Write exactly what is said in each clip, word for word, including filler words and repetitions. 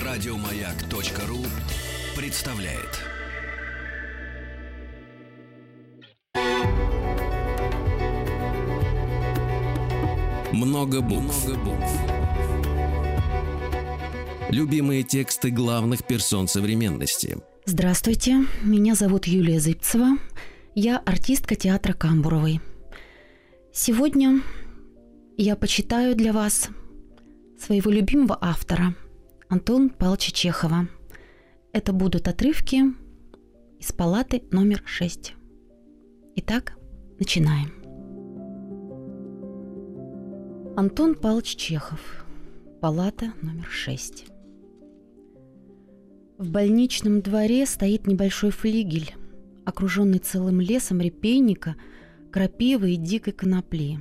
Радиомаяк.ру представляет. Много букв. Любимые тексты главных персон современности. Здравствуйте, меня зовут Юлия Зыбцева. Я артистка театра Камбуровой. Сегодня я почитаю для вас своего любимого автора Антона Павловича Чехова. Это будут отрывки из палаты номер шесть. Итак, начинаем. Антон Павлович Чехов. Палата номер шесть. В больничном дворе стоит небольшой флигель, окруженный целым лесом репейника, крапивы и дикой конопли.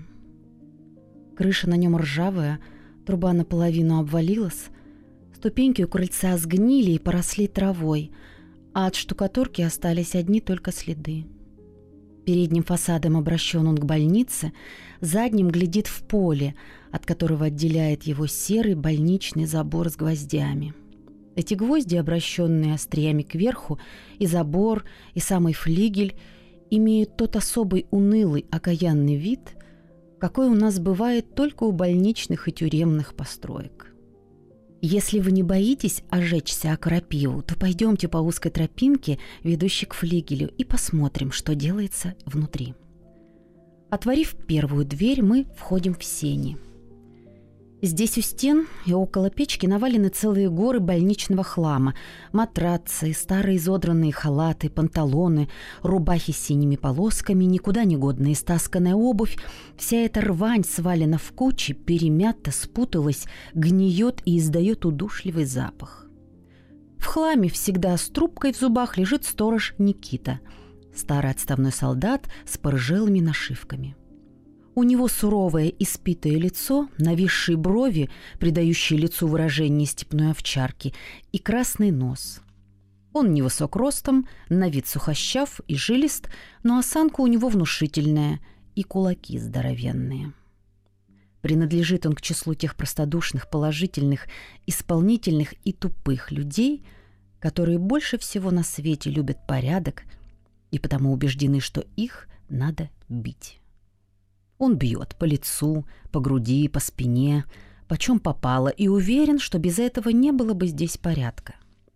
Крыша на нем ржавая, труба наполовину обвалилась, ступеньки у крыльца сгнили и поросли травой, а от штукатурки остались одни только следы. Передним фасадом обращен он к больнице, задним глядит в поле, от которого отделяет его серый больничный забор с гвоздями. Эти гвозди, обращенные остриями кверху, и забор, и самый флигель, имеют тот особый унылый, окаянный вид, какой у нас бывает только у больничных и тюремных построек. Если вы не боитесь ожечься о крапиву, то пойдемте по узкой тропинке, ведущей к флигелю, и посмотрим, что делается внутри. Отворив первую дверь, мы входим в сени. Здесь у стен и около печки навалены целые горы больничного хлама: матрацы, старые изодранные халаты, панталоны, рубахи с синими полосками, никуда не годная истасканная обувь. Вся эта рвань свалена в кучи, перемята, спуталась, гниет и издает удушливый запах. В хламе всегда с трубкой в зубах лежит сторож Никита, старый отставной солдат с порыжелыми нашивками. У него суровое испитое лицо, нависшие брови, придающие лицу выражение степной овчарки, и красный нос. Он невысок ростом, на вид сухощав и жилист, но осанка у него внушительная и кулаки здоровенные. Принадлежит он к числу тех простодушных, положительных, исполнительных и тупых людей, которые больше всего на свете любят порядок и потому убеждены, что их надо бить. Он бьет по лицу, по груди, по спине, почем попало, и уверен, что без этого не было бы здесь порядка.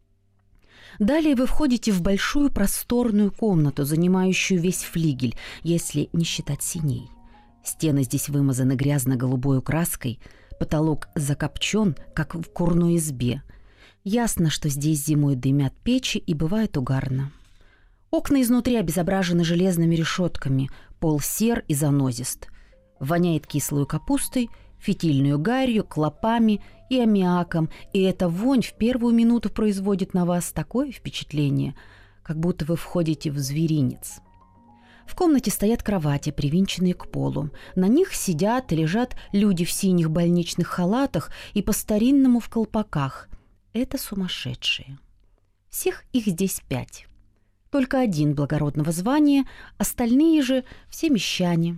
Далее вы входите в большую просторную комнату, занимающую весь флигель, если не считать синей. Стены здесь вымазаны грязно-голубой краской, потолок закопчен, как в курной избе. Ясно, что здесь зимой дымят печи и бывает угарно. Окна изнутри обезображены железными решетками, пол сер и занозист. Воняет кислой капустой, фитильную гарью, клопами и аммиаком, и эта вонь в первую минуту производит на вас такое впечатление, как будто вы входите в зверинец. В комнате стоят кровати, привинченные к полу. На них сидят и лежат люди в синих больничных халатах и по-старинному в колпаках. Это сумасшедшие. Всех их здесь пять. Только один благородного звания, остальные же все мещане.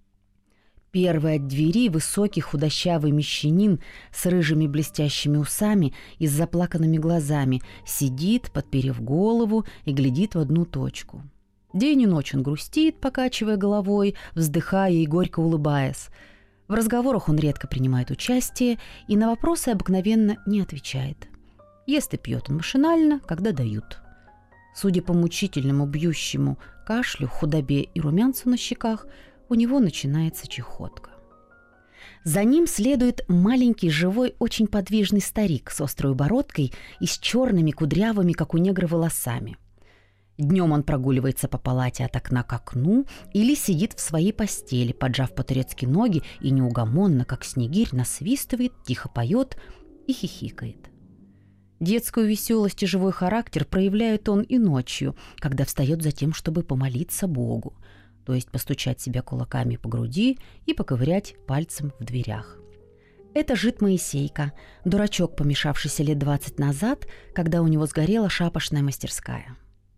Первый от двери высокий худощавый мещанин с рыжими блестящими усами и с заплаканными глазами сидит, подперев голову, и глядит в одну точку. День и ночь он грустит, покачивая головой, вздыхая и горько улыбаясь. В разговорах он редко принимает участие и на вопросы обыкновенно не отвечает. Ест и пьет он машинально, когда дают. Судя по мучительному бьющему кашлю, худобе и румянцу на щеках, у него начинается чехотка. За ним следует маленький, живой, очень подвижный старик с острой бородкой и с черными кудрявыми, как у негра, волосами. Днем он прогуливается по палате от окна к окну или сидит в своей постели, поджав по-турецки ноги, и неугомонно, как снегирь, насвистывает, тихо поет и хихикает. Детскую веселость и живой характер проявляет он и ночью, когда встает за тем, чтобы помолиться Богу, то есть постучать себя кулаками по груди и поковырять пальцем в дверях. Это жид Моисейка, дурачок, помешавшийся лет двадцать назад, когда у него сгорела шапошная мастерская.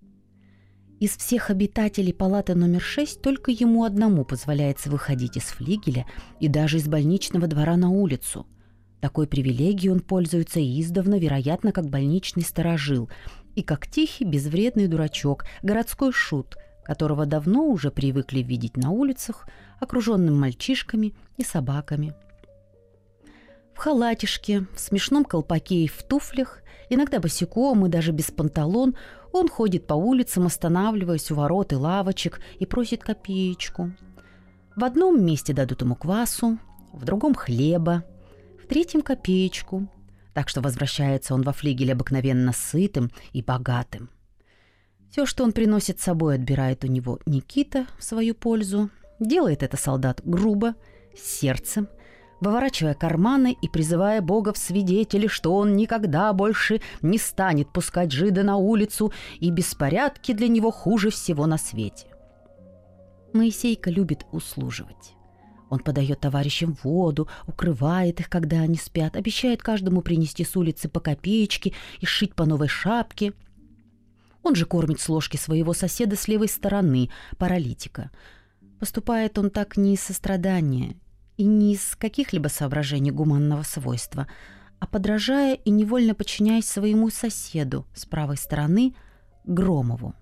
Из всех обитателей палаты номер шесть только ему одному позволяется выходить из флигеля и даже из больничного двора на улицу. Такой привилегией он пользуется издавна, вероятно, как больничный сторожил и как тихий, безвредный дурачок, городской шут, которого давно уже привыкли видеть на улицах, окруженным мальчишками и собаками. В халатишке, в смешном колпаке и в туфлях, иногда босиком и даже без панталон, он ходит по улицам, останавливаясь у ворот и лавочек, и просит копеечку. В одном месте дадут ему квасу, в другом — хлеба, в третьем — копеечку, так что возвращается он во флигель обыкновенно сытым и богатым. Все, что он приносит с собой, отбирает у него Никита в свою пользу. Делает это солдат грубо, с сердцем, выворачивая карманы и призывая Бога в свидетели, что он никогда больше не станет пускать жида на улицу, и беспорядки для него хуже всего на свете. Моисейка любит услуживать. Он подает товарищам воду, укрывает их, когда они спят, обещает каждому принести с улицы по копеечке и сшить по новой шапке. Он же кормит с ложки своего соседа с левой стороны, паралитика. Поступает он так не из сострадания и не из каких-либо соображений гуманного свойства, а подражая и невольно подчиняясь своему соседу с правой стороны, Громову.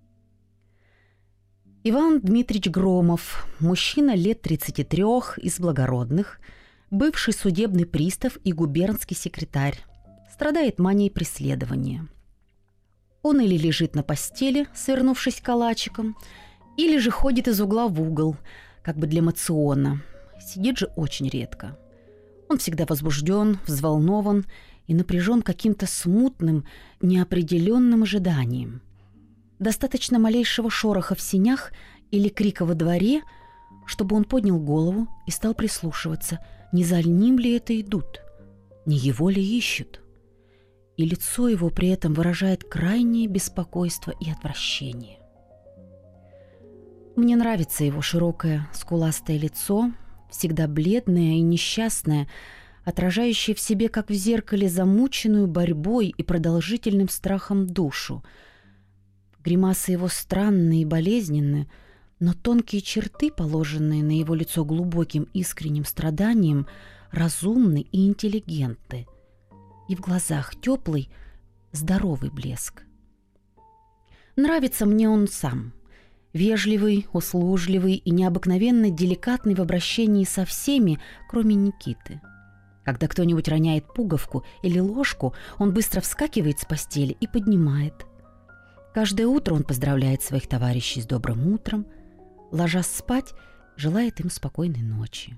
Иван Дмитрич Громов, мужчина лет тридцати трёх, из благородных, бывший судебный пристав и губернский секретарь, страдает манией преследования. Он или лежит на постели, свернувшись калачиком, или же ходит из угла в угол, как бы для мациона. Сидит же очень редко. Он всегда возбужден, взволнован и напряжен каким-то смутным, неопределенным ожиданием. Достаточно малейшего шороха в сенях или крика во дворе, чтобы он поднял голову и стал прислушиваться, не за ним ли это идут, не его ли ищут. И лицо его при этом выражает крайнее беспокойство и отвращение. Мне нравится его широкое, скуластое лицо, всегда бледное и несчастное, отражающее в себе, как в зеркале, замученную борьбой и продолжительным страхом душу. Гримасы его странные и болезненные, но тонкие черты, положенные на его лицо глубоким искренним страданием, разумны и интеллигентны, и в глазах теплый, здоровый блеск. Нравится мне он сам, вежливый, услужливый и необыкновенно деликатный в обращении со всеми, кроме Никиты. Когда кто-нибудь роняет пуговку или ложку, он быстро вскакивает с постели и поднимает. Каждое утро он поздравляет своих товарищей с добрым утром, ложась спать, желает им спокойной ночи.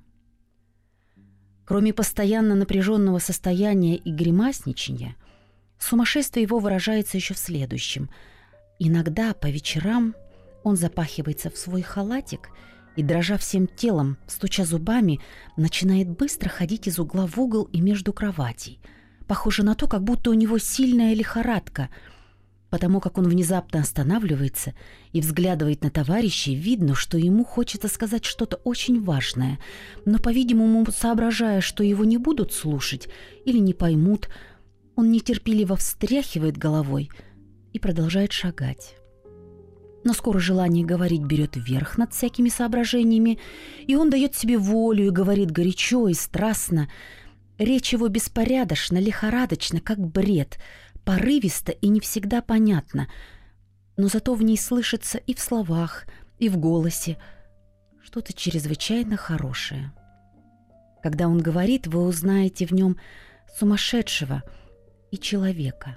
Кроме постоянно напряженного состояния и гримасничания, сумасшествие его выражается еще в следующем. Иногда по вечерам он запахивается в свой халатик и, дрожа всем телом, стуча зубами, начинает быстро ходить из угла в угол и между кроватей. Похоже на то, как будто у него сильная лихорадка. Потому как он внезапно останавливается и взглядывает на товарищей, видно, что ему хочется сказать что-то очень важное, но, по-видимому, соображая, что его не будут слушать или не поймут, он нетерпеливо встряхивает головой и продолжает шагать. Но скоро желание говорить берет верх над всякими соображениями, и он дает себе волю и говорит горячо и страстно. Речь его беспорядочна, лихорадочна, как бред, порывисто и не всегда понятно, но зато в ней слышится и в словах, и в голосе что-то чрезвычайно хорошее. Когда он говорит, вы узнаете в нем сумасшедшего и человека.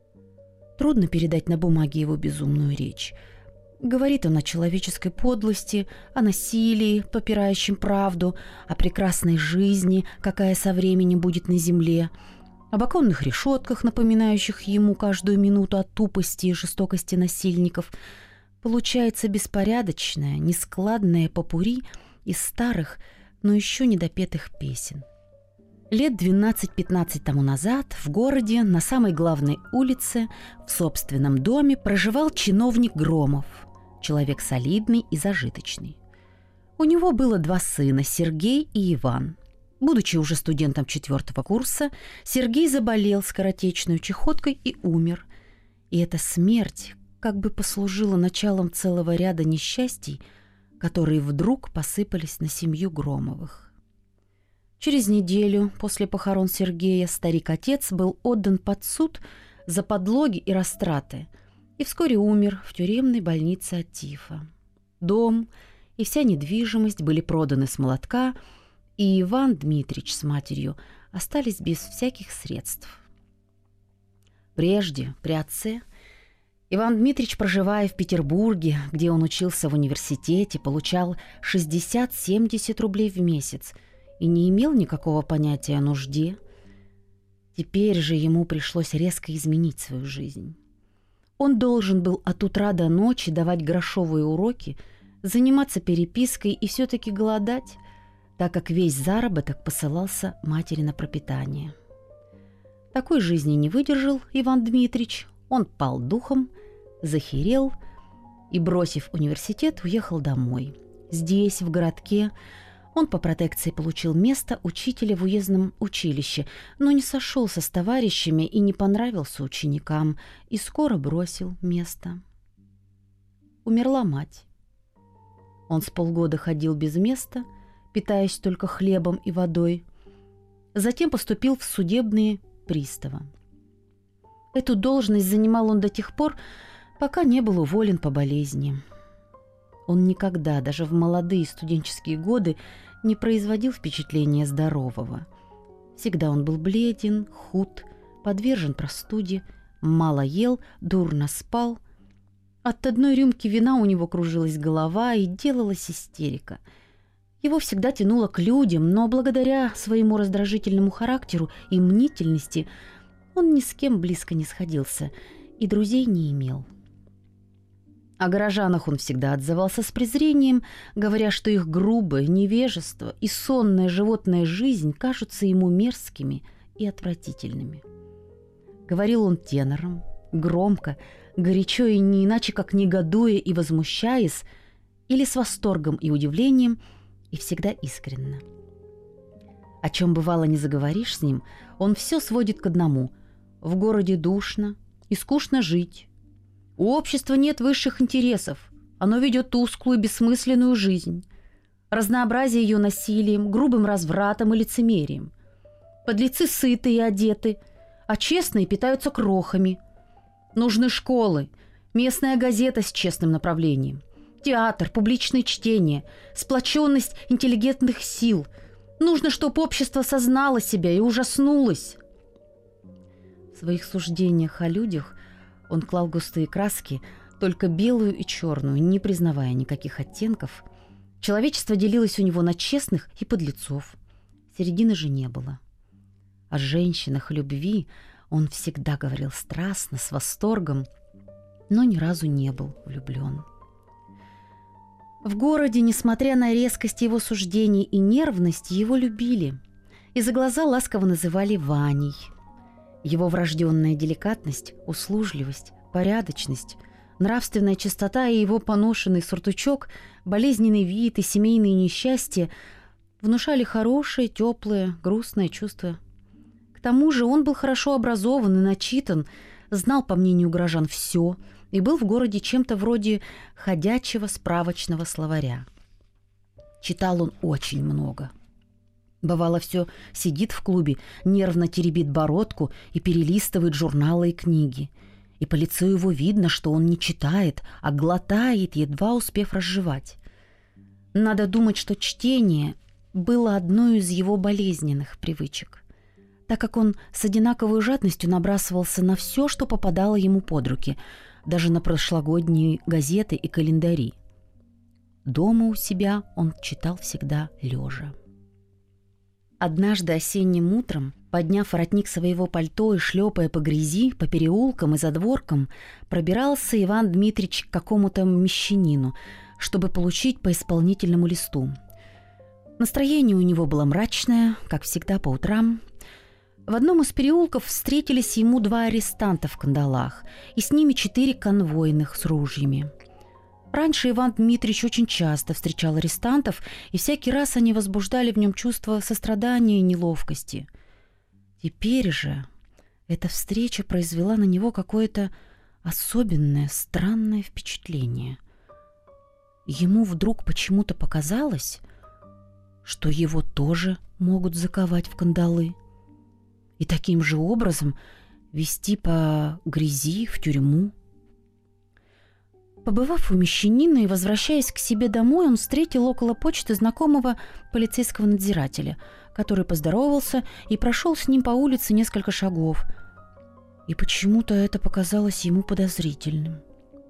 Трудно передать на бумаге его безумную речь. Говорит он о человеческой подлости, о насилии, попирающем правду, о прекрасной жизни, какая со временем будет на земле, об оконных решетках, напоминающих ему каждую минуту о тупости и жестокости насильников. Получается беспорядочное, нескладное попурри из старых, но еще недопетых песен. Лет двенадцать-пятнадцать тому назад в городе на самой главной улице в собственном доме проживал чиновник Громов, человек солидный и зажиточный. У него было два сына, Сергей и Иван. Будучи уже студентом четвертого курса, Сергей заболел скоротечной чахоткой и умер. И эта смерть как бы послужила началом целого ряда несчастий, которые вдруг посыпались на семью Громовых. Через неделю после похорон Сергея старик-отец был отдан под суд за подлоги и растраты и вскоре умер в тюремной больнице от тифа. Дом и вся недвижимость были проданы с молотка, и Иван Дмитрич с матерью остались без всяких средств. Прежде, при отце, Иван Дмитрич, проживая в Петербурге, где он учился в университете, получал шестьдесят-семьдесят рублей в месяц и не имел никакого понятия о нужде. Теперь же ему пришлось резко изменить свою жизнь. Он должен был от утра до ночи давать грошовые уроки, заниматься перепиской и все-таки голодать, так как весь заработок посылался матери на пропитание. Такой жизни не выдержал Иван Дмитрич, он пал духом, захерел и, бросив университет, уехал домой. Здесь, в городке, он по протекции получил место учителя в уездном училище, но не сошелся с товарищами и не понравился ученикам, и скоро бросил место. Умерла мать. Он с полгода ходил без места, питаясь только хлебом и водой. Затем поступил в судебные приставы. Эту должность занимал он до тех пор, пока не был уволен по болезни. Он никогда, даже в молодые студенческие годы, не производил впечатления здорового. Всегда он был бледен, худ, подвержен простуде, мало ел, дурно спал. От одной рюмки вина у него кружилась голова и делалась истерика. Его всегда тянуло к людям, но благодаря своему раздражительному характеру и мнительности он ни с кем близко не сходился и друзей не имел. О горожанах он всегда отзывался с презрением, говоря, что их грубое невежество и сонная животная жизнь кажутся ему мерзкими и отвратительными. Говорил он тенором, громко, горячо и не иначе, как негодуя и возмущаясь, или с восторгом и удивлением, и всегда искренно. О чем бывало не заговоришь с ним, он все сводит к одному: в городе душно и скучно жить. У общества нет высших интересов, оно ведет тусклую, бессмысленную жизнь. Разнообразие ее насилием, грубым развратом и лицемерием. Подлецы сыты и одеты, а честные питаются крохами. Нужны школы, местная газета с честным направлением, театр, публичные чтения, сплоченность интеллигентных сил. Нужно, чтобы общество сознало себя и ужаснулось. В своих суждениях о людях он клал густые краски, только белую и черную, не признавая никаких оттенков. Человечество делилось у него на честных и подлецов. Середины же не было. О женщинах, любви он всегда говорил страстно, с восторгом, но ни разу не был влюблен. В городе, несмотря на резкость его суждений и нервность, его любили и за глаза ласково называли Ваней. Его врожденная деликатность, услужливость, порядочность, нравственная чистота и его поношенный сюртучок, болезненный вид и семейные несчастья внушали хорошее, теплое, грустное чувство. К тому же он был хорошо образован и начитан, знал, по мнению горожан, все и был в городе чем-то вроде ходячего справочного словаря. Читал он очень много. Бывало, все сидит в клубе, нервно теребит бородку и перелистывает журналы и книги. И по лицу его видно, что он не читает, а глотает, едва успев разжевать. Надо думать, что чтение было одной из его болезненных привычек, так как он с одинаковой жадностью набрасывался на все, что попадало ему под руки, даже на прошлогодние газеты и календари. Дома у себя он читал всегда лежа. Однажды осенним утром, подняв воротник своего пальто и шлепая по грязи, по переулкам и задворкам, пробирался Иван Дмитрич к какому-то мещанину, чтобы получить по исполнительному листу. Настроение у него было мрачное, как всегда по утрам. В одном из переулков встретились ему два арестанта в кандалах, и с ними четыре конвойных с ружьями. Раньше Иван Дмитрич очень часто встречал арестантов, и всякий раз они возбуждали в нем чувство сострадания и неловкости. Теперь же эта встреча произвела на него какое-то особенное, странное впечатление. Ему вдруг почему-то показалось, что его тоже могут заковать в кандалы и таким же образом вести по грязи в тюрьму. Побывав у мещанина и возвращаясь к себе домой, он встретил около почты знакомого полицейского надзирателя, который поздоровался и прошел с ним по улице несколько шагов. И почему-то это показалось ему подозрительным.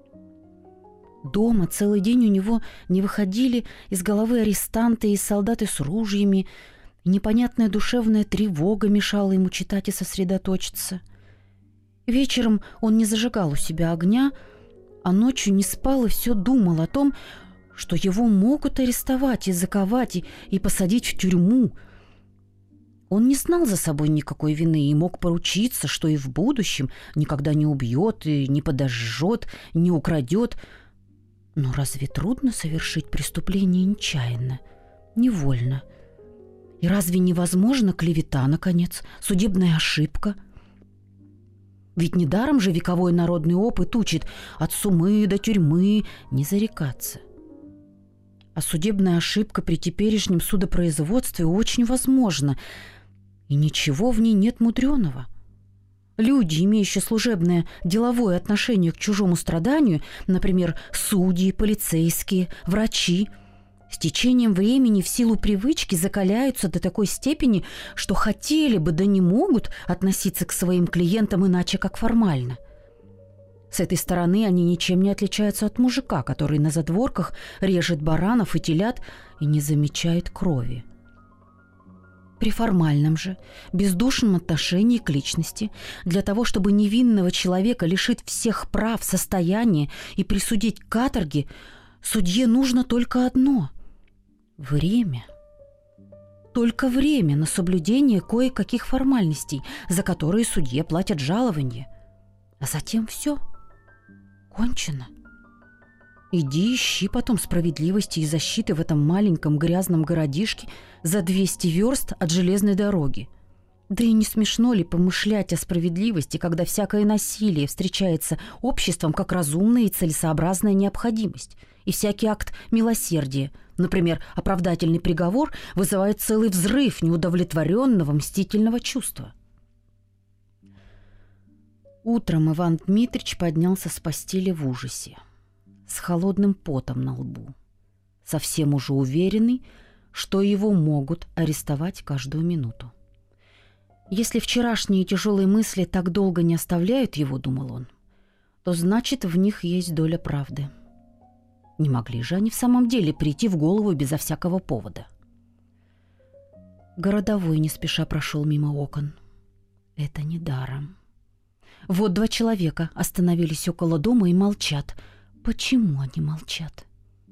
Дома целый день у него не выходили из головы арестанты и солдаты с ружьями, и непонятная душевная тревога мешала ему читать и сосредоточиться. Вечером он не зажигал у себя огня, а ночью не спал и все думал о том, что его могут арестовать и заковать, и, и посадить в тюрьму. Он не знал за собой никакой вины и мог поручиться, что и в будущем никогда не убьет, и не подожжет, не украдет. Но разве трудно совершить преступление нечаянно, невольно? И разве невозможна клевета, наконец, судебная ошибка? Ведь недаром же вековой народный опыт учит от сумы до тюрьмы не зарекаться. А судебная ошибка при теперешнем судопроизводстве очень возможна, и ничего в ней нет мудреного. Люди, имеющие служебное деловое отношение к чужому страданию, например, судьи, полицейские, врачи, с течением времени в силу привычки закаляются до такой степени, что хотели бы, да не могут относиться к своим клиентам иначе, как формально. С этой стороны они ничем не отличаются от мужика, который на задворках режет баранов и телят и не замечает крови. При формальном же, бездушном отношении к личности, для того, чтобы невинного человека лишить всех прав, состояния и присудить к каторге, судье нужно только одно – время. Только время на соблюдение кое-каких формальностей, за которые судье платят жалование. А затем все. Кончено. Иди ищи потом справедливости и защиты в этом маленьком грязном городишке за двести верст от железной дороги. Да и не смешно ли помышлять о справедливости, когда всякое насилие встречается обществом как разумная и целесообразная необходимость, и всякий акт милосердия, например, оправдательный приговор, вызывает целый взрыв неудовлетворенного мстительного чувства? Утром Иван Дмитрич поднялся с постели в ужасе, с холодным потом на лбу, совсем уже уверенный, что его могут арестовать каждую минуту. Если вчерашние тяжелые мысли так долго не оставляют его, думал он, то значит, в них есть доля правды. Не могли же они в самом деле прийти в голову безо всякого повода. Городовой не спеша прошел мимо окон. Это не даром. Вот два человека остановились около дома и молчат. Почему они молчат?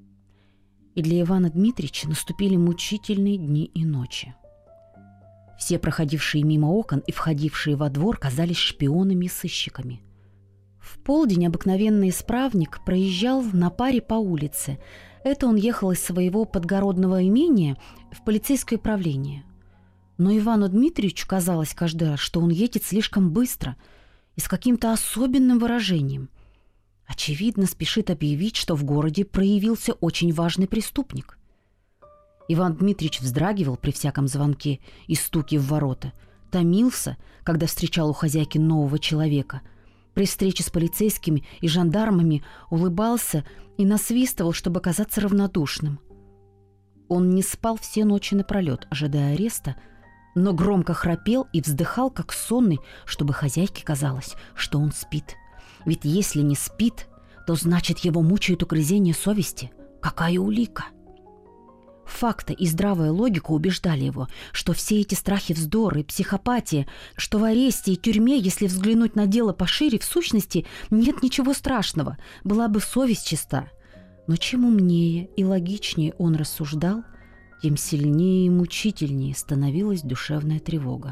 И для Ивана Дмитрича наступили мучительные дни и ночи. Все проходившие мимо окон и входившие во двор казались шпионами и сыщиками. В полдень обыкновенный исправник проезжал на паре по улице. Это он ехал из своего подгородного имения в полицейское управление. Но Ивану Дмитриевичу казалось каждый раз, что он едет слишком быстро и с каким-то особенным выражением. Очевидно, спешит объявить, что в городе проявился очень важный преступник. Иван Дмитрич вздрагивал при всяком звонке и стуке в ворота, томился, когда встречал у хозяйки нового человека. При встрече с полицейскими и жандармами улыбался и насвистывал, чтобы казаться равнодушным. Он не спал все ночи напролет, ожидая ареста, но громко храпел и вздыхал, как сонный, чтобы хозяйке казалось, что он спит. Ведь если не спит, то значит его мучает угрызение совести. Какая улика? Факты и здравая логика убеждали его, что все эти страхи, вздоры, психопатия, что в аресте и тюрьме, если взглянуть на дело пошире, в сущности нет ничего страшного, была бы совесть чиста. Но чем умнее и логичнее он рассуждал, тем сильнее и мучительнее становилась душевная тревога.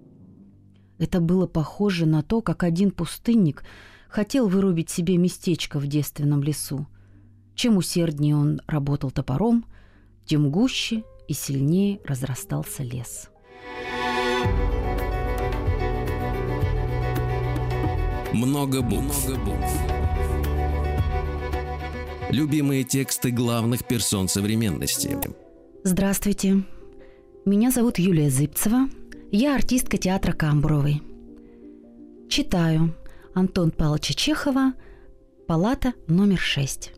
Это было похоже на то, как один пустынник хотел вырубить себе местечко в девственном лесу. Чем усерднее он работал топором, тем гуще и сильнее разрастался лес. Много букв. Много букв. Любимые тексты главных персон современности. Здравствуйте. Меня зовут Юлия Зыбцева. Я артистка театра Камбуровой. Читаю Антона Павловича Чехова «Палата номер шесть».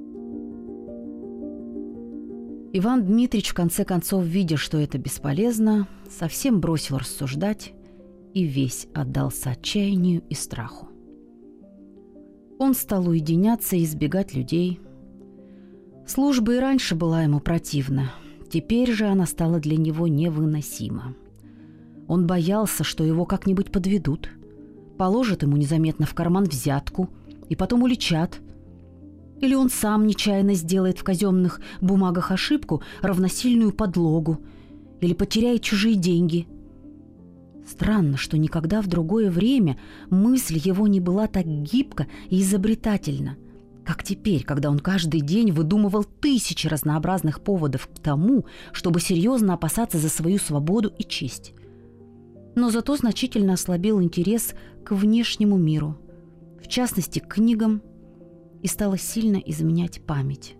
Иван Дмитрич, в конце концов, видя, что это бесполезно, совсем бросил рассуждать и весь отдался отчаянию и страху. Он стал уединяться и избегать людей. Служба и раньше была ему противна, теперь же она стала для него невыносима. Он боялся, что его как-нибудь подведут, положат ему незаметно в карман взятку и потом уличат. Или он сам нечаянно сделает в казенных бумагах ошибку, равносильную подлогу, или потеряет чужие деньги. Странно, что никогда в другое время мысль его не была так гибка и изобретательна, как теперь, когда он каждый день выдумывал тысячи разнообразных поводов к тому, чтобы серьезно опасаться за свою свободу и честь. Но зато значительно ослабел интерес к внешнему миру, в частности, к книгам, и стала сильно изменять память.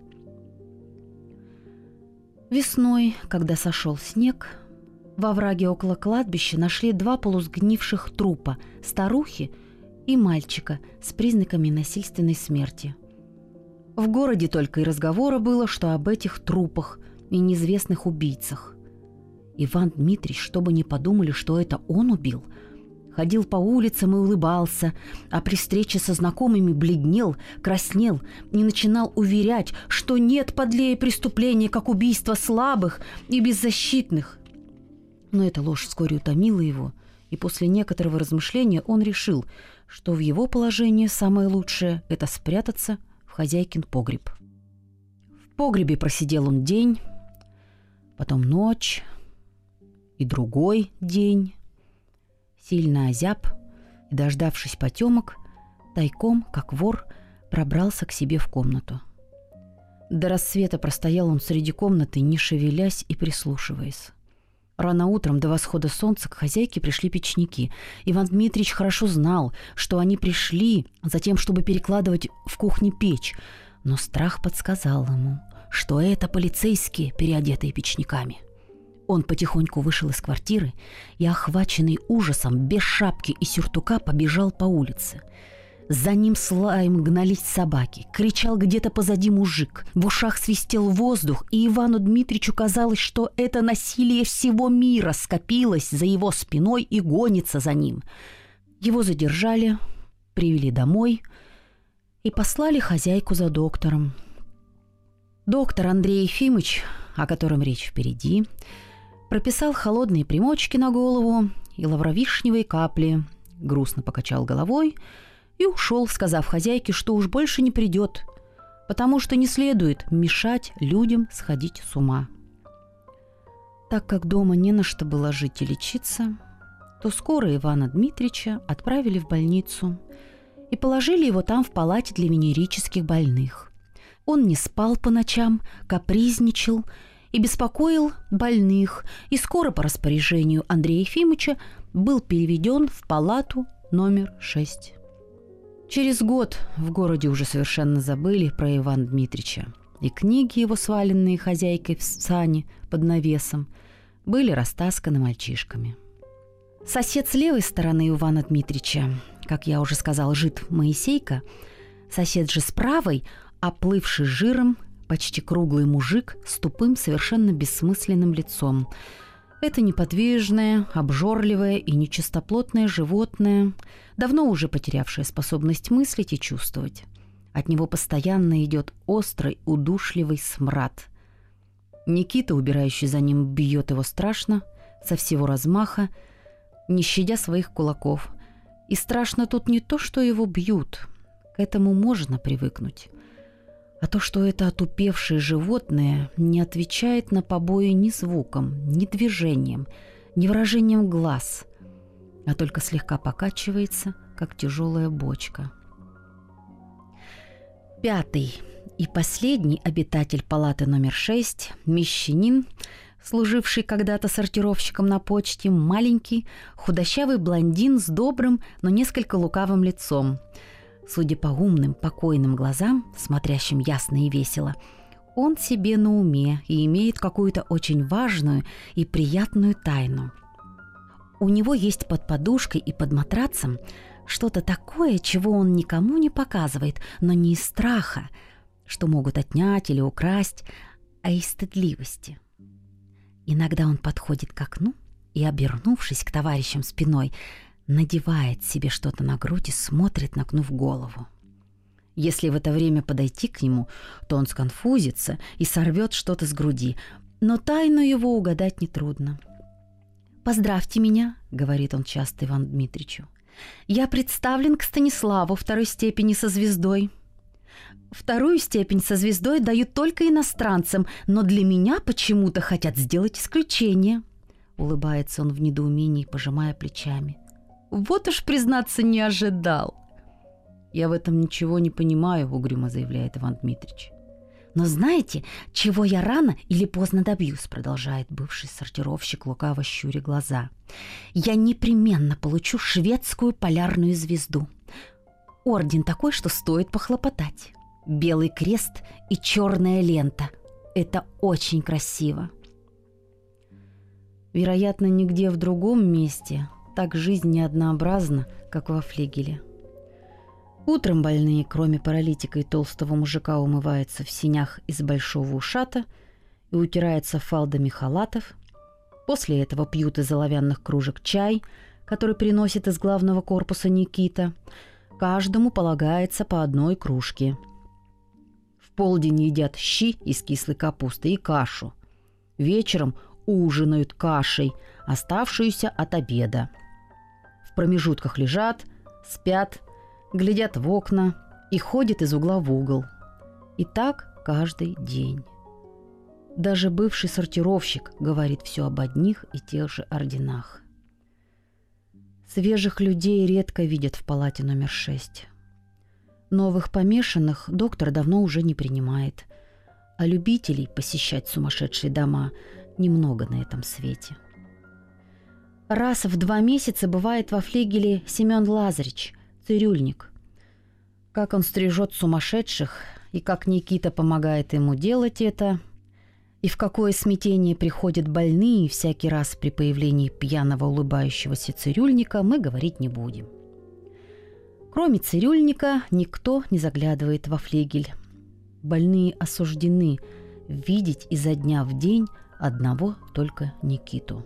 Весной, когда сошел снег, во овраге около кладбища нашли два полусгнивших трупа – старухи и мальчика с признаками насильственной смерти. В городе только и разговора было, что об этих трупах и неизвестных убийцах. Иван Дмитрич, чтобы не подумали, что это он убил, ходил по улицам и улыбался, а при встрече со знакомыми бледнел, краснел и начинал уверять, что нет подлее преступления, как убийство слабых и беззащитных. Но эта ложь вскоре утомила его, и после некоторого размышления он решил, что в его положении самое лучшее – это спрятаться в хозяйкин погреб. В погребе просидел он день, потом ночь и другой день. Сильно озяб и, дождавшись потемок, тайком, как вор, пробрался к себе в комнату. До рассвета простоял он среди комнаты, не шевелясь и прислушиваясь. Рано утром до восхода солнца к хозяйке пришли печники. Иван Дмитрич хорошо знал, что они пришли за тем, чтобы перекладывать в кухне печь, но страх подсказал ему, что это полицейские, переодетые печниками. Он потихоньку вышел из квартиры и, охваченный ужасом, без шапки и сюртука, побежал по улице. За ним с лаем гнались собаки, кричал где-то позади мужик, в ушах свистел воздух, и Ивану Дмитричу казалось, что это насилие всего мира скопилось за его спиной и гонится за ним. Его задержали, привели домой и послали хозяйку за доктором. Доктор Андрей Ефимыч, о котором речь впереди, прописал холодные примочки на голову и лавровишневые капли, грустно покачал головой и ушел, сказав хозяйке, что уж больше не придет, потому что не следует мешать людям сходить с ума. Так как дома не на что было жить и лечиться, то скоро Ивана Дмитрича отправили в больницу и положили его там в палате для венерических больных. Он не спал по ночам, капризничал и беспокоил больных, и скоро по распоряжению Андрея Ефимовича был переведен в палату номер шесть. Через год в городе уже совершенно забыли про Ивана Дмитрича, и книги его, сваленные хозяйкой в сани под навесом, были растасканы мальчишками. Сосед с левой стороны Ивана Дмитрича, как я уже сказал, жид Моисейка, сосед же с правой, оплывший жиром, почти круглый мужик с тупым, совершенно бессмысленным лицом. Это неподвижное, обжорливое и нечистоплотное животное, давно уже потерявшее способность мыслить и чувствовать. От него постоянно идет острый, удушливый смрад. Никита, убирающий за ним, бьет его страшно, со всего размаха, не щадя своих кулаков. И страшно тут не то, что его бьют, к этому можно привыкнуть, а то, что это отупевшее животное не отвечает на побои ни звуком, ни движением, ни выражением глаз, а только слегка покачивается, как тяжелая бочка. Пятый и последний обитатель палаты номер шесть, мещанин, служивший когда-то сортировщиком на почте, маленький, худощавый блондин с добрым, но несколько лукавым лицом. Судя по умным, покойным глазам, смотрящим ясно и весело, Он себе на уме и имеет какую-то очень важную и приятную тайну. У него есть под подушкой и под матрацем что-то такое, чего он никому не показывает, но не из страха, что могут отнять или украсть, а из стыдливости. Иногда он подходит к окну и, обернувшись к товарищам спиной, надевает себе что-то на грудь и смотрит, нагнув голову. Если в это время подойти к нему, то он сконфузится и сорвет что-то с груди, но тайну его угадать нетрудно. «Поздравьте меня», — говорит он часто Ивану Дмитричу. «Я представлен к Станиславу второй степени со звездой. Вторую степень со звездой дают только иностранцам, но для меня почему-то хотят сделать исключение». Улыбается он в недоумении, пожимая плечами. «Вот уж, признаться, не ожидал». «Я в этом ничего не понимаю», — угрюмо заявляет Иван Дмитрич. «Но знаете, чего я рано или поздно добьюсь?» — продолжает бывший сортировщик, лукаво щуря глаза. «Я непременно получу шведскую полярную звезду. Орден такой, что стоит похлопотать. Белый крест и черная лента. Это очень красиво». Вероятно, нигде в другом месте так жизнь не однообразна, как во флигеле. Утром больные, кроме паралитика и толстого мужика, умываются в сенях из большого ушата и утираются фалдами халатов. После этого пьют из оловянных кружек чай, который приносит из главного корпуса Никита. Каждому полагается по одной кружке. В полдень едят щи из кислой капусты и кашу. Вечером ужинают кашей, оставшуюся от обеда. В промежутках лежат, спят, глядят в окна и ходят из угла в угол. И так каждый день. Даже бывший сортировщик говорит все об одних и тех же орденах. Свежих людей редко видят в палате номер шесть. Новых помешанных доктор давно уже не принимает, а любителей посещать сумасшедшие дома немного на этом свете. Раз в два месяца бывает во флигеле Семен Лазаревич, цирюльник. Как он стрижет сумасшедших, и как Никита помогает ему делать это, и в какое смятение приходят больные всякий раз при появлении пьяного улыбающегося цирюльника, мы говорить не будем. Кроме цирюльника никто не заглядывает во флигель. Больные осуждены видеть изо дня в день одного только Никиту.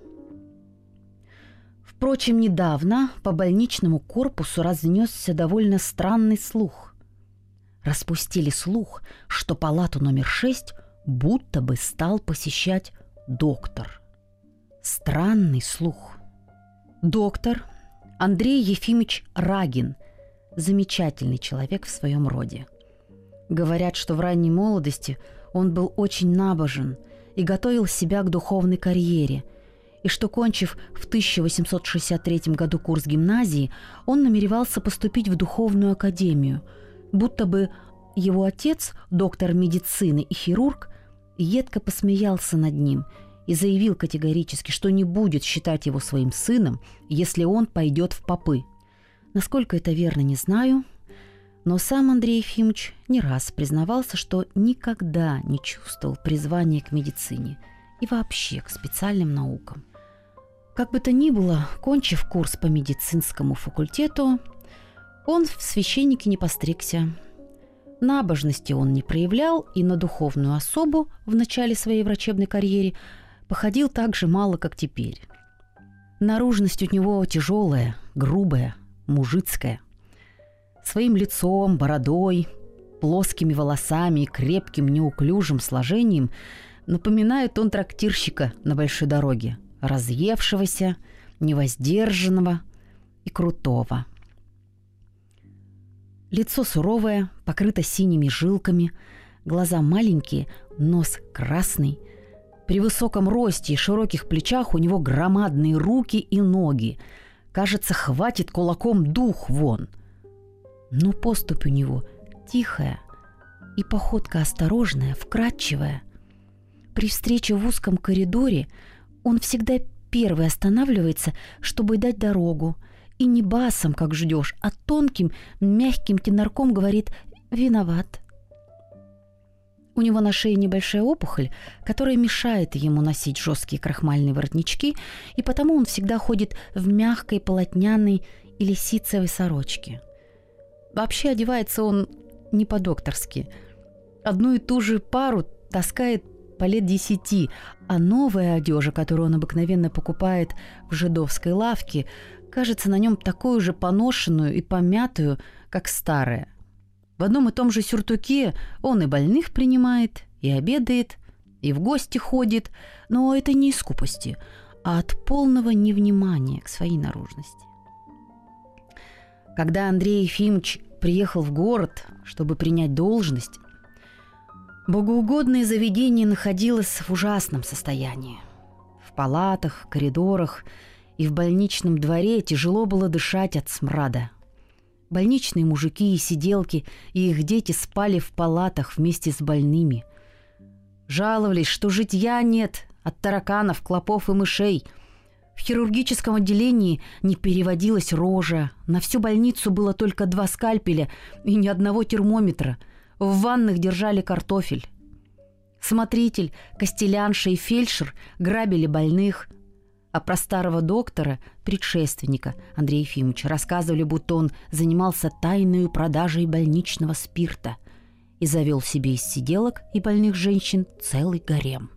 Впрочем, недавно по больничному корпусу разнесся довольно странный слух. Распустили слух, что палату номер шесть будто бы стал посещать доктор. Странный слух. Доктор Андрей Ефимович Рагин – замечательный человек в своем роде. Говорят, что в ранней молодости он был очень набожен и готовил себя к духовной карьере, и что, кончив в тысяча восемьсот шестьдесят третьем году курс гимназии, он намеревался поступить в духовную академию, будто бы его отец, доктор медицины и хирург, едко посмеялся над ним и заявил категорически, что не будет считать его своим сыном, если он пойдет в попы. Насколько это верно, не знаю, но сам Андрей Ефимович не раз признавался, что никогда не чувствовал призвания к медицине и вообще к специальным наукам. Как бы то ни было, кончив курс по медицинскому факультету, он в священнике не постригся. Набожности он не проявлял и на духовную особу в начале своей врачебной карьеры походил так же мало, как теперь. Наружность у него тяжелая, грубая, мужицкая. Своим лицом, бородой, плоскими волосами и крепким неуклюжим сложением напоминает он трактирщика на большой дороге, разъевшегося, невоздержанного и крутого. Лицо суровое, покрыто синими жилками, глаза маленькие, нос красный. При высоком росте и широких плечах у него громадные руки и ноги. Кажется, хватит кулаком дух вон. Но поступь у него тихая и походка осторожная, вкрадчивая. При встрече в узком коридоре он всегда первый останавливается, чтобы дать дорогу, и не басом, как ждешь, а тонким, мягким тенорком говорит «виноват». У него на шее небольшая опухоль, которая мешает ему носить жесткие крахмальные воротнички, и потому он всегда ходит в мягкой полотняной или ситцевой сорочке. Вообще одевается он не по-докторски. Одну и ту же пару таскает по лет десяти, а новая одежа, которую он обыкновенно покупает в жидовской лавке, кажется на нем такую же поношенную и помятую, как старая. В одном и том же сюртуке он и больных принимает, и обедает, и в гости ходит, но это не из скупости, а от полного невнимания к своей наружности. Когда Андрей Ефимович приехал в город, чтобы принять должность, богоугодное заведение находилось в ужасном состоянии. В палатах, коридорах и в больничном дворе тяжело было дышать от смрада. Больничные мужики и сиделки и их дети спали в палатах вместе с больными. Жаловались, что житья нет от тараканов, клопов и мышей. В хирургическом отделении не переводилась рожа. На всю больницу было только два скальпеля и ни одного термометра. В ваннах держали картофель. Смотритель, костелянша и фельдшер грабили больных. А про старого доктора, предшественника Андрея Ефимовича, рассказывали, будто он занимался тайной продажей больничного спирта и завел себе из сиделок и больных женщин целый гарем.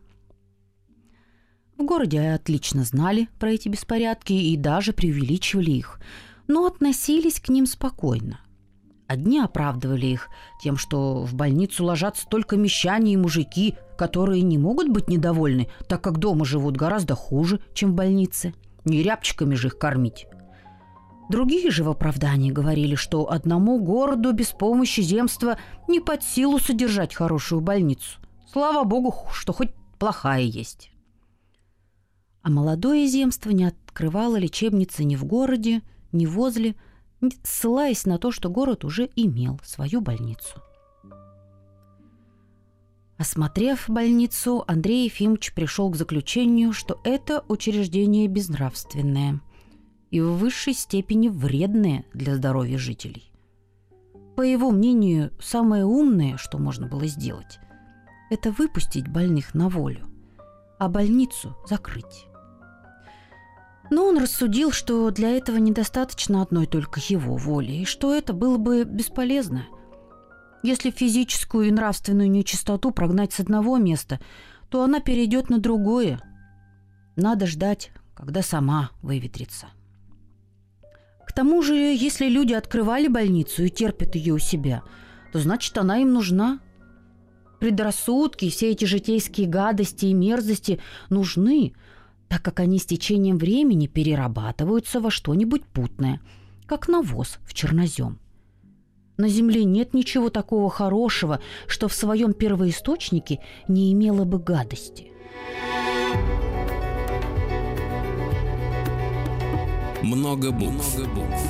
В городе отлично знали про эти беспорядки и даже преувеличивали их, но относились к ним спокойно. Одни оправдывали их тем, что в больницу ложатся только мещане и мужики, которые не могут быть недовольны, так как дома живут гораздо хуже, чем в больнице. Не рябчиками же их кормить. Другие же в оправдании говорили, что одному городу без помощи земства не под силу содержать хорошую больницу. Слава богу, что хоть плохая есть. А молодое земство не открывало лечебницы ни в городе, ни возле, ссылаясь на то, что город уже имел свою больницу. Осмотрев больницу, Андрей Ефимович пришел к заключению, что это учреждение безнравственное и в высшей степени вредное для здоровья жителей. По его мнению, самое умное, что можно было сделать, это выпустить больных на волю, а больницу закрыть. Но он рассудил, что для этого недостаточно одной только его воли, и что это было бы бесполезно. Если физическую и нравственную нечистоту прогнать с одного места, то она перейдет на другое. Надо ждать, когда сама выветрится. К тому же, если люди открывали больницу и терпят ее у себя, то значит, она им нужна. Предрассудки и все эти житейские гадости и мерзости нужны, так как они с течением времени перерабатываются во что-нибудь путное, как навоз в чернозем. На земле нет ничего такого хорошего, что в своем первоисточнике не имело бы гадости. Много букв.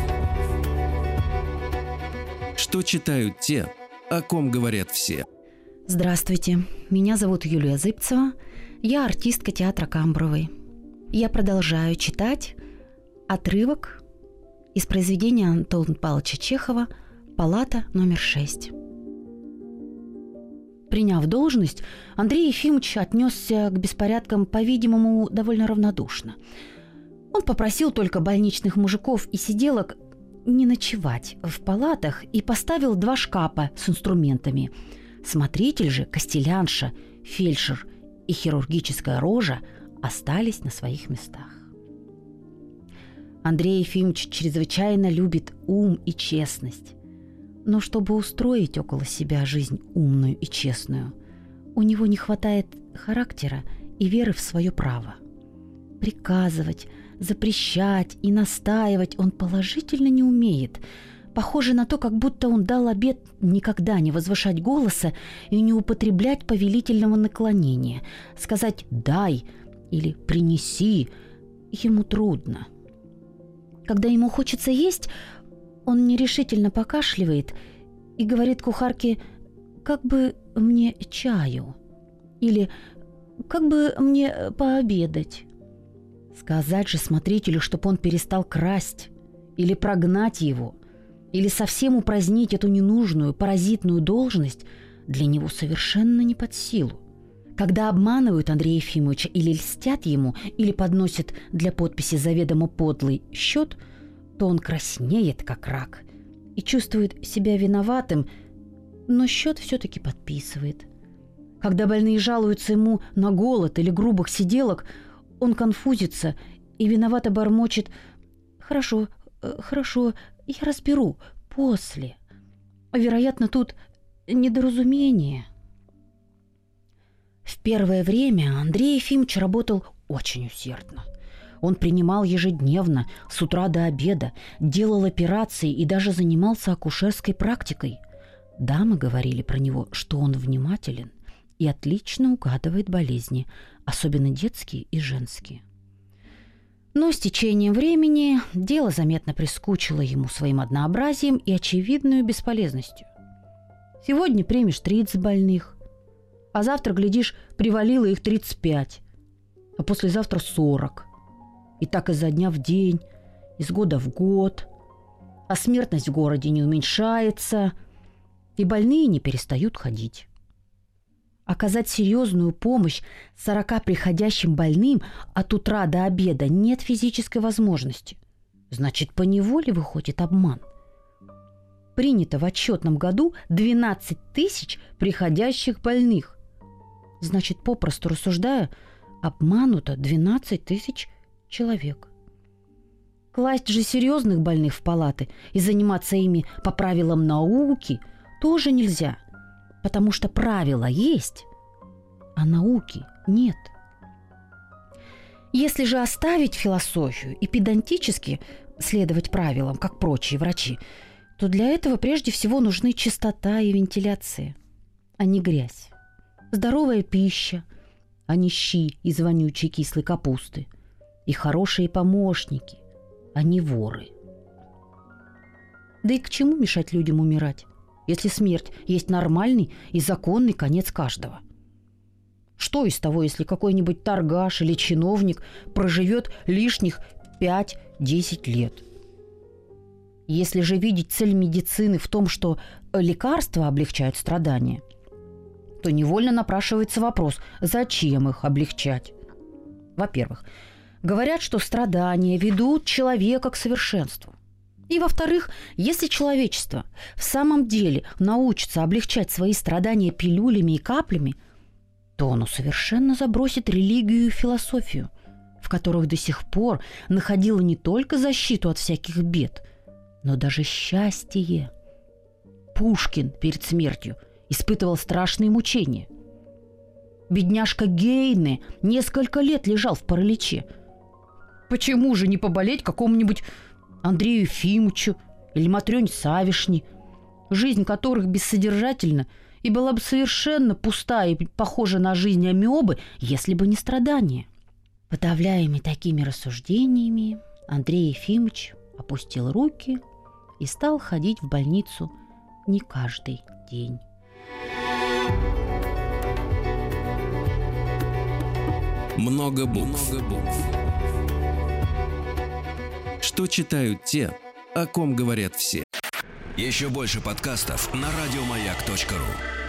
Что читают те, о ком говорят все? Здравствуйте, меня зовут Юлия Зыбцева, я артистка театра Камбровой. Я продолжаю читать отрывок из произведения Антона Павловича Чехова «Палата номер шесть». Приняв должность, Андрей Ефимович отнесся к беспорядкам, по-видимому, довольно равнодушно. Он попросил только больничных мужиков и сиделок не ночевать в палатах и поставил два шкафа с инструментами. Смотритель же, костелянша, фельдшер и хирургическая рожа остались на своих местах. Андрей Ефимович чрезвычайно любит ум и честность. Но чтобы устроить около себя жизнь умную и честную, у него не хватает характера и веры в свое право. Приказывать, запрещать и настаивать он положительно не умеет. Похоже на то, как будто он дал обет никогда не возвышать голоса и не употреблять повелительного наклонения. Сказать «дай» или «принеси» ему трудно. Когда ему хочется есть, он нерешительно покашливает и говорит кухарке «как бы мне чаю» или «как бы мне пообедать». Сказать же смотрителю, чтобы он перестал красть, или прогнать его, или совсем упразднить эту ненужную, паразитную должность, для него совершенно не под силу. Когда обманывают Андрея Ефимовича или льстят ему, или подносят для подписи заведомо подлый счет, то он краснеет, как рак, и чувствует себя виноватым, но счет все-таки подписывает. Когда больные жалуются ему на голод или грубых сиделок, он конфузится и виновато бормочет: «Хорошо, хорошо, я разберу после». Вероятно, тут недоразумение. В первое время Андрей Ефимович работал очень усердно. Он принимал ежедневно, с утра до обеда, делал операции и даже занимался акушерской практикой. Дамы говорили про него, что он внимателен и отлично угадывает болезни, особенно детские и женские. Но с течением времени дело заметно прискучило ему своим однообразием и очевидной бесполезностью. Сегодня примешь тридцать больных, а завтра, глядишь, привалило их тридцать пять, а послезавтра сорок. И так изо дня в день, из года в год. А смертность в городе не уменьшается, и больные не перестают ходить. Оказать серьезную помощь сорока приходящим больным от утра до обеда нет физической возможности. Значит, поневоле выходит обман. Принято в отчетном году двенадцать тысяч приходящих больных. Значит, попросту рассуждая, обмануто двенадцать тысяч человек. Класть же серьезных больных в палаты и заниматься ими по правилам науки тоже нельзя, потому что правила есть, а науки нет. Если же оставить философию и педантически следовать правилам, как прочие врачи, то для этого прежде всего нужны чистота и вентиляция, а не грязь. Здоровая пища, а не щи из вонючей кислой капусты. И хорошие помощники, а не воры. Да и к чему мешать людям умирать, если смерть есть нормальный и законный конец каждого? Что из того, если какой-нибудь торгаш или чиновник проживет лишних пять-десять лет? Если же видеть цель медицины в том, что лекарства облегчают страдания, то невольно напрашивается вопрос, зачем их облегчать? Во-первых, говорят, что страдания ведут человека к совершенству. И во-вторых, если человечество в самом деле научится облегчать свои страдания пилюлями и каплями, то оно совершенно забросит религию и философию, в которых до сих пор находило не только защиту от всяких бед, но даже счастье. Пушкин перед смертью испытывал страшные мучения. Бедняжка Гейне несколько лет лежал в параличе. Почему же не поболеть какому-нибудь Андрею Ефимовичу или Матрёне Савишне, жизнь которых бессодержательна и была бы совершенно пуста и похожа на жизнь амебы, если бы не страдания? Подавляемый такими рассуждениями, Андрей Ефимович опустил руки и стал ходить в больницу не каждый день. Много букв. Много букв. Что читают те, о ком говорят все. Еще больше подкастов на радиомаяк точка ру.